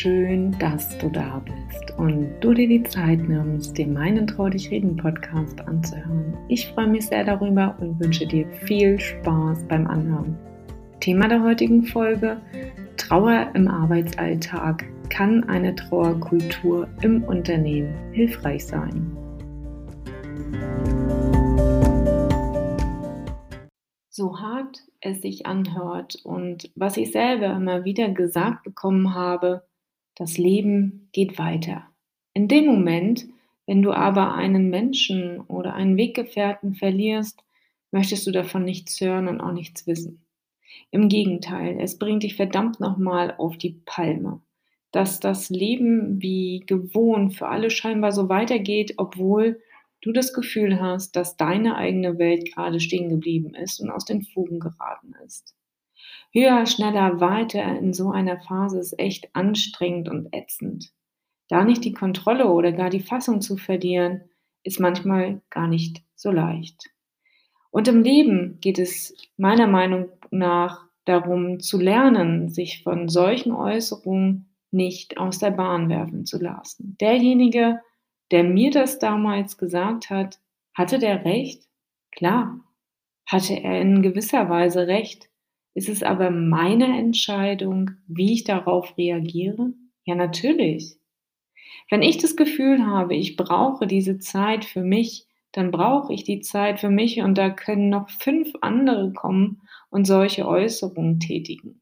schön, dass du da bist und du dir die Zeit nimmst, dir meinen Trau dich reden Podcast anzuhören. Ich freue mich sehr darüber und wünsche dir viel Spaß beim Anhören. Thema der heutigen Folge: Trauer im Arbeitsalltag. Kann eine Trauerkultur im Unternehmen hilfreich sein? So hart es sich anhört und was ich selber immer wieder gesagt bekommen habe: Das Leben geht weiter. In dem Moment, wenn du aber einen Menschen oder einen Weggefährten verlierst, möchtest du davon nichts hören und auch nichts wissen. Im Gegenteil, es bringt dich verdammt nochmal auf die Palme, dass das Leben wie gewohnt für alle scheinbar so weitergeht, obwohl du das Gefühl hast, dass deine eigene Welt gerade stehen geblieben ist und aus den Fugen geraten ist. Höher, schneller, weiter in so einer Phase ist echt anstrengend und ätzend. Da nicht die Kontrolle oder gar die Fassung zu verlieren, ist manchmal gar nicht so leicht. Und im Leben geht es meiner Meinung nach darum zu lernen, sich von solchen Äußerungen nicht aus der Bahn werfen zu lassen. Derjenige, der mir das damals gesagt hat, hatte der recht? Klar, hatte er in gewisser Weise recht. Ist es aber meine Entscheidung, wie ich darauf reagiere? Ja, natürlich. Wenn ich das Gefühl habe, ich brauche diese Zeit für mich, dann brauche ich die Zeit für mich und da können noch 5 andere kommen und solche Äußerungen tätigen.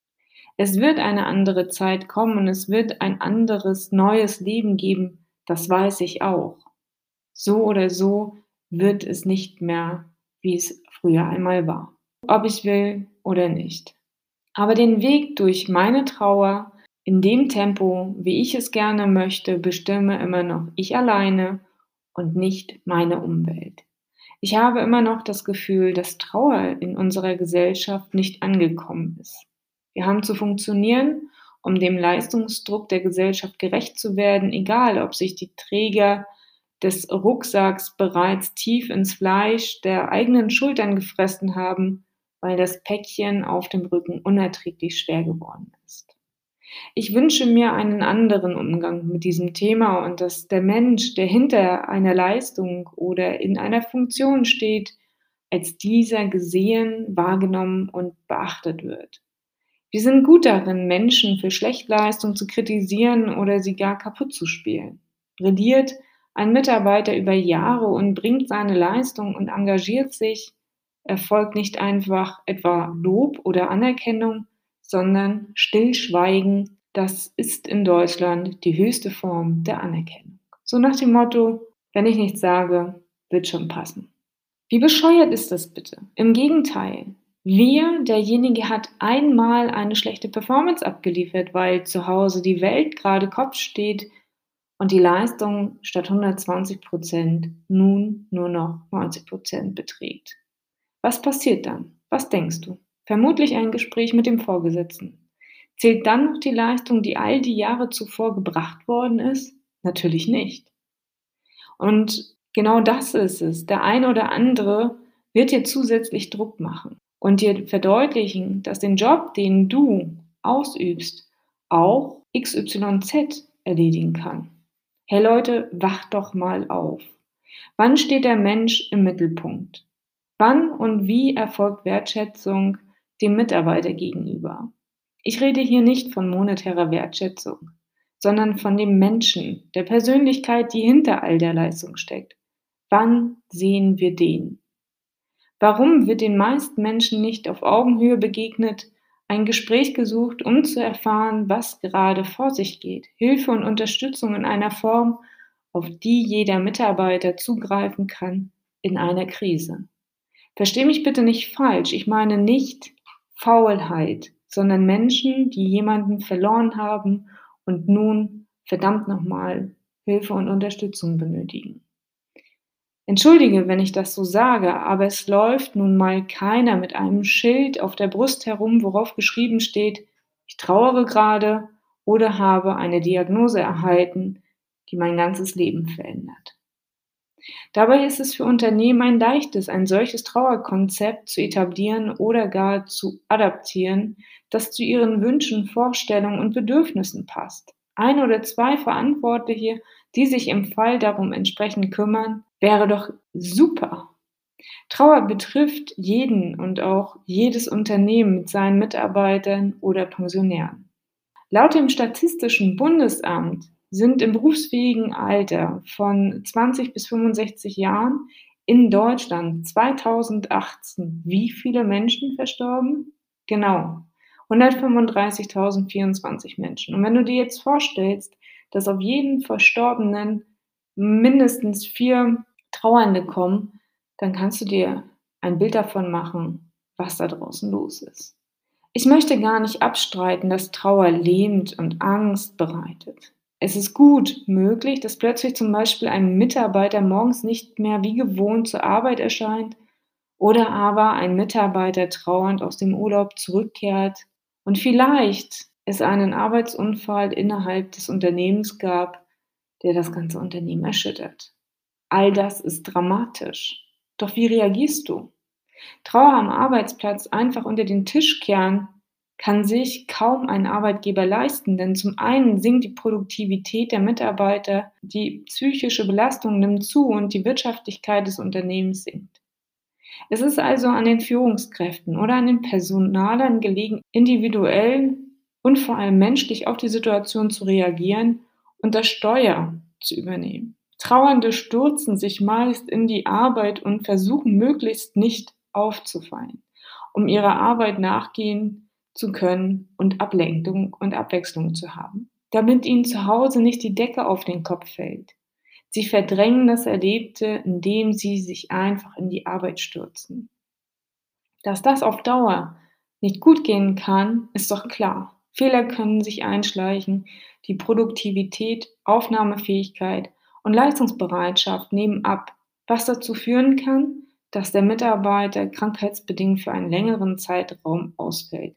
Es wird eine andere Zeit kommen und es wird ein anderes, neues Leben geben, das weiß ich auch. So oder so wird es nicht mehr, wie es früher einmal war, ob ich will oder nicht. Aber den Weg durch meine Trauer in dem Tempo, wie ich es gerne möchte, bestimme immer noch ich alleine und nicht meine Umwelt. Ich habe immer noch das Gefühl, dass Trauer in unserer Gesellschaft nicht angekommen ist. Wir haben zu funktionieren, um dem Leistungsdruck der Gesellschaft gerecht zu werden, egal ob sich die Träger des Rucksacks bereits tief ins Fleisch der eigenen Schultern gefressen haben, weil das Päckchen auf dem Rücken unerträglich schwer geworden ist. Ich wünsche mir einen anderen Umgang mit diesem Thema und dass der Mensch, der hinter einer Leistung oder in einer Funktion steht, als dieser gesehen, wahrgenommen und beachtet wird. Wir sind gut darin, Menschen für Schlechtleistung zu kritisieren oder sie gar kaputt zu spielen. Brilliert ein Mitarbeiter über Jahre und bringt seine Leistung und engagiert sich, erfolgt nicht einfach etwa Lob oder Anerkennung, sondern Stillschweigen. Das ist in Deutschland die höchste Form der Anerkennung. So nach dem Motto: Wenn ich nichts sage, wird schon passen. Wie bescheuert ist das bitte? Im Gegenteil. Derjenige hat einmal eine schlechte Performance abgeliefert, weil zu Hause die Welt gerade Kopf steht und die Leistung statt 120% nun nur noch 90% beträgt. Was passiert dann? Was denkst du? Vermutlich ein Gespräch mit dem Vorgesetzten. Zählt dann noch die Leistung, die all die Jahre zuvor gebracht worden ist? Natürlich nicht. Und genau das ist es. Der eine oder andere wird dir zusätzlich Druck machen und dir verdeutlichen, dass den Job, den du ausübst, auch XYZ erledigen kann. Hey Leute, wacht doch mal auf. Wann steht der Mensch im Mittelpunkt? Wann und wie erfolgt Wertschätzung dem Mitarbeiter gegenüber? Ich rede hier nicht von monetärer Wertschätzung, sondern von dem Menschen, der Persönlichkeit, die hinter all der Leistung steckt. Wann sehen wir den? Warum wird den meisten Menschen nicht auf Augenhöhe begegnet, ein Gespräch gesucht, um zu erfahren, was gerade vor sich geht? Hilfe und Unterstützung in einer Form, auf die jeder Mitarbeiter zugreifen kann in einer Krise. Versteh mich bitte nicht falsch, ich meine nicht Faulheit, sondern Menschen, die jemanden verloren haben und nun verdammt nochmal Hilfe und Unterstützung benötigen. Entschuldige, wenn ich das so sage, aber es läuft nun mal keiner mit einem Schild auf der Brust herum, worauf geschrieben steht: Ich trauere gerade oder habe eine Diagnose erhalten, die mein ganzes Leben verändert. Dabei ist es für Unternehmen ein leichtes, ein solches Trauerkonzept zu etablieren oder gar zu adaptieren, das zu ihren Wünschen, Vorstellungen und Bedürfnissen passt. Ein oder zwei Verantwortliche, die sich im Fall darum entsprechend kümmern, wäre doch super. Trauer betrifft jeden und auch jedes Unternehmen mit seinen Mitarbeitern oder Pensionären. Laut dem Statistischen Bundesamt sind im berufsfähigen Alter von 20 bis 65 Jahren in Deutschland 2018 wie viele Menschen verstorben? Genau, 135.024 Menschen. Und wenn du dir jetzt vorstellst, dass auf jeden Verstorbenen mindestens 4 Trauernde kommen, dann kannst du dir ein Bild davon machen, was da draußen los ist. Ich möchte gar nicht abstreiten, dass Trauer lähmt und Angst bereitet. Es ist gut möglich, dass plötzlich zum Beispiel ein Mitarbeiter morgens nicht mehr wie gewohnt zur Arbeit erscheint oder aber ein Mitarbeiter trauernd aus dem Urlaub zurückkehrt und vielleicht es einen Arbeitsunfall innerhalb des Unternehmens gab, der das ganze Unternehmen erschüttert. All das ist dramatisch. Doch wie reagierst du? Trauer am Arbeitsplatz einfach unter den Tisch kehren kann sich kaum ein Arbeitgeber leisten, denn zum einen sinkt die Produktivität der Mitarbeiter, die psychische Belastung nimmt zu und die Wirtschaftlichkeit des Unternehmens sinkt. Es ist also an den Führungskräften oder an den Personalern gelegen, individuell und vor allem menschlich auf die Situation zu reagieren und das Steuer zu übernehmen. Trauernde stürzen sich meist in die Arbeit und versuchen möglichst nicht aufzufallen, um ihrer Arbeit nachgehen zu können und Ablenkung und Abwechslung zu haben, damit ihnen zu Hause nicht die Decke auf den Kopf fällt. Sie verdrängen das Erlebte, indem sie sich einfach in die Arbeit stürzen. Dass das auf Dauer nicht gut gehen kann, ist doch klar. Fehler können sich einschleichen, die Produktivität, Aufnahmefähigkeit und Leistungsbereitschaft nehmen ab, was dazu führen kann, dass der Mitarbeiter krankheitsbedingt für einen längeren Zeitraum ausfällt.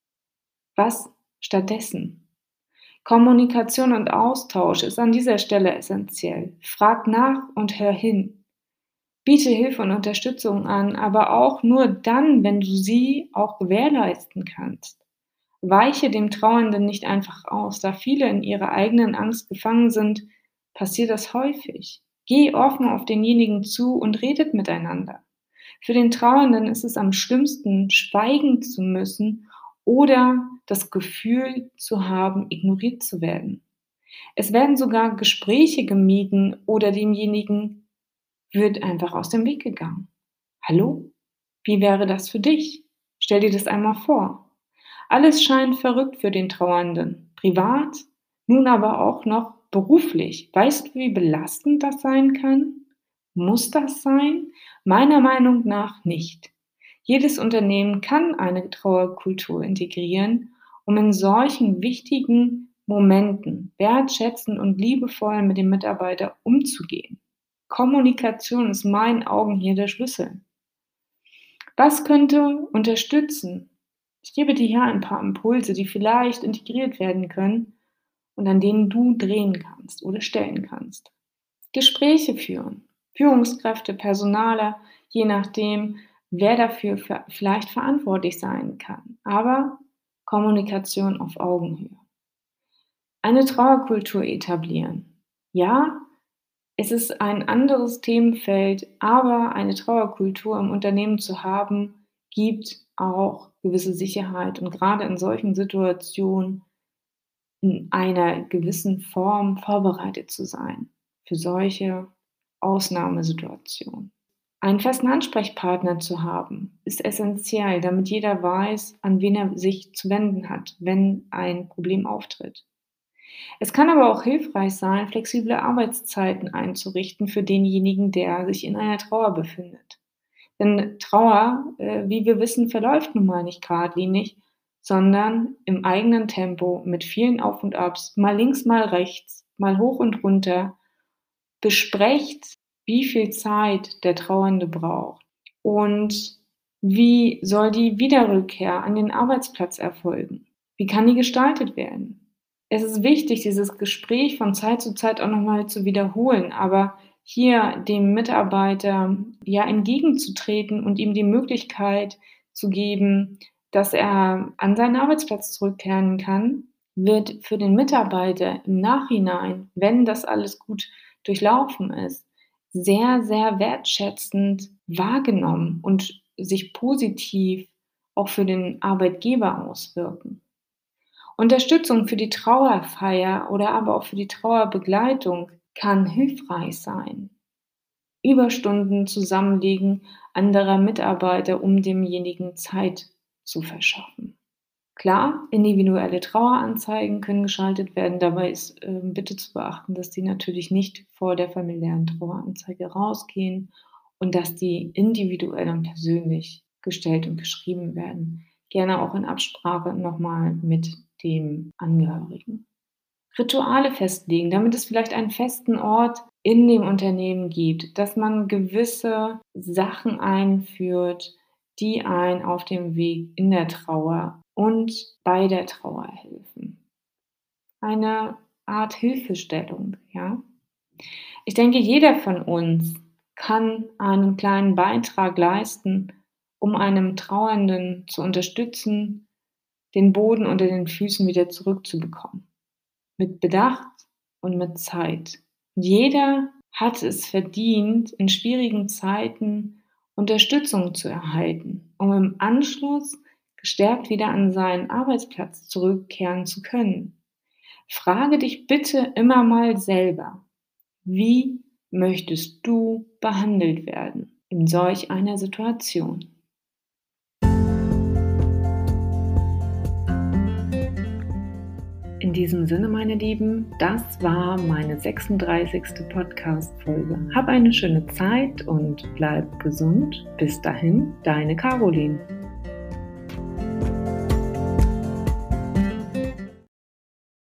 Was stattdessen? Kommunikation und Austausch ist an dieser Stelle essentiell. Frag nach und hör hin. Biete Hilfe und Unterstützung an, aber auch nur dann, wenn du sie auch gewährleisten kannst. Weiche dem Trauernden nicht einfach aus. Da viele in ihrer eigenen Angst gefangen sind, passiert das häufig. Geh offen auf denjenigen zu und redet miteinander. Für den Trauernden ist es am schlimmsten, schweigen zu müssen oder das Gefühl zu haben, ignoriert zu werden. Es werden sogar Gespräche gemieden oder demjenigen wird einfach aus dem Weg gegangen. Hallo? Wie wäre das für dich? Stell dir das einmal vor. Alles scheint verrückt für den Trauernden. Privat, nun aber auch noch beruflich. Weißt du, wie belastend das sein kann? Muss das sein? Meiner Meinung nach nicht. Jedes Unternehmen kann eine Trauerkultur integrieren, um in solchen wichtigen Momenten wertschätzend und liebevoll mit dem Mitarbeiter umzugehen. Kommunikation ist in meinen Augen hier der Schlüssel. Was könnte unterstützen? Ich gebe dir hier ein paar Impulse, die vielleicht integriert werden können und an denen du drehen kannst oder stellen kannst. Gespräche führen. Führungskräfte, Personaler, je nachdem, wer dafür vielleicht verantwortlich sein kann. Aber Kommunikation auf Augenhöhe. Eine Trauerkultur etablieren. Ja, es ist ein anderes Themenfeld, aber eine Trauerkultur im Unternehmen zu haben, gibt auch gewisse Sicherheit und gerade in solchen Situationen in einer gewissen Form vorbereitet zu sein für solche Ausnahmesituationen. Einen festen Ansprechpartner zu haben, ist essentiell, damit jeder weiß, an wen er sich zu wenden hat, wenn ein Problem auftritt. Es kann aber auch hilfreich sein, flexible Arbeitszeiten einzurichten für denjenigen, der sich in einer Trauer befindet. Denn Trauer, wie wir wissen, verläuft nun mal nicht geradlinig, sondern im eigenen Tempo mit vielen Auf und Abs, mal links, mal rechts, mal hoch und runter. Besprecht, wie viel Zeit der Trauernde braucht und wie soll die Wiederrückkehr an den Arbeitsplatz erfolgen? Wie kann die gestaltet werden? Es ist wichtig, dieses Gespräch von Zeit zu Zeit auch noch mal zu wiederholen, aber hier dem Mitarbeiter entgegenzutreten und ihm die Möglichkeit zu geben, dass er an seinen Arbeitsplatz zurückkehren kann, wird für den Mitarbeiter im Nachhinein, wenn das alles gut durchlaufen ist, sehr, sehr wertschätzend wahrgenommen und sich positiv auch für den Arbeitgeber auswirken. Unterstützung für die Trauerfeier oder aber auch für die Trauerbegleitung kann hilfreich sein. Überstunden zusammenlegen anderer Mitarbeiter, um demjenigen Zeit zu verschaffen. Klar, individuelle Traueranzeigen können geschaltet werden. Dabei ist bitte zu beachten, dass die natürlich nicht vor der familiären Traueranzeige rausgehen und dass die individuell und persönlich gestellt und geschrieben werden. Gerne auch in Absprache nochmal mit dem Angehörigen. Rituale festlegen, damit es vielleicht einen festen Ort in dem Unternehmen gibt, dass man gewisse Sachen einführt, die einen auf dem Weg in der Trauer und bei der Trauer helfen. Eine Art Hilfestellung, ja? Ich denke, jeder von uns kann einen kleinen Beitrag leisten, um einem Trauernden zu unterstützen, den Boden unter den Füßen wieder zurückzubekommen. Mit Bedacht und mit Zeit. Jeder hat es verdient, in schwierigen Zeiten Unterstützung zu erhalten, um im Anschluss gestärkt wieder an seinen Arbeitsplatz zurückkehren zu können. Frage dich bitte immer mal selber: Wie möchtest du behandelt werden in solch einer Situation? In diesem Sinne, meine Lieben, das war meine 36. Podcast-Folge. Hab eine schöne Zeit und bleib gesund. Bis dahin, deine Caroline.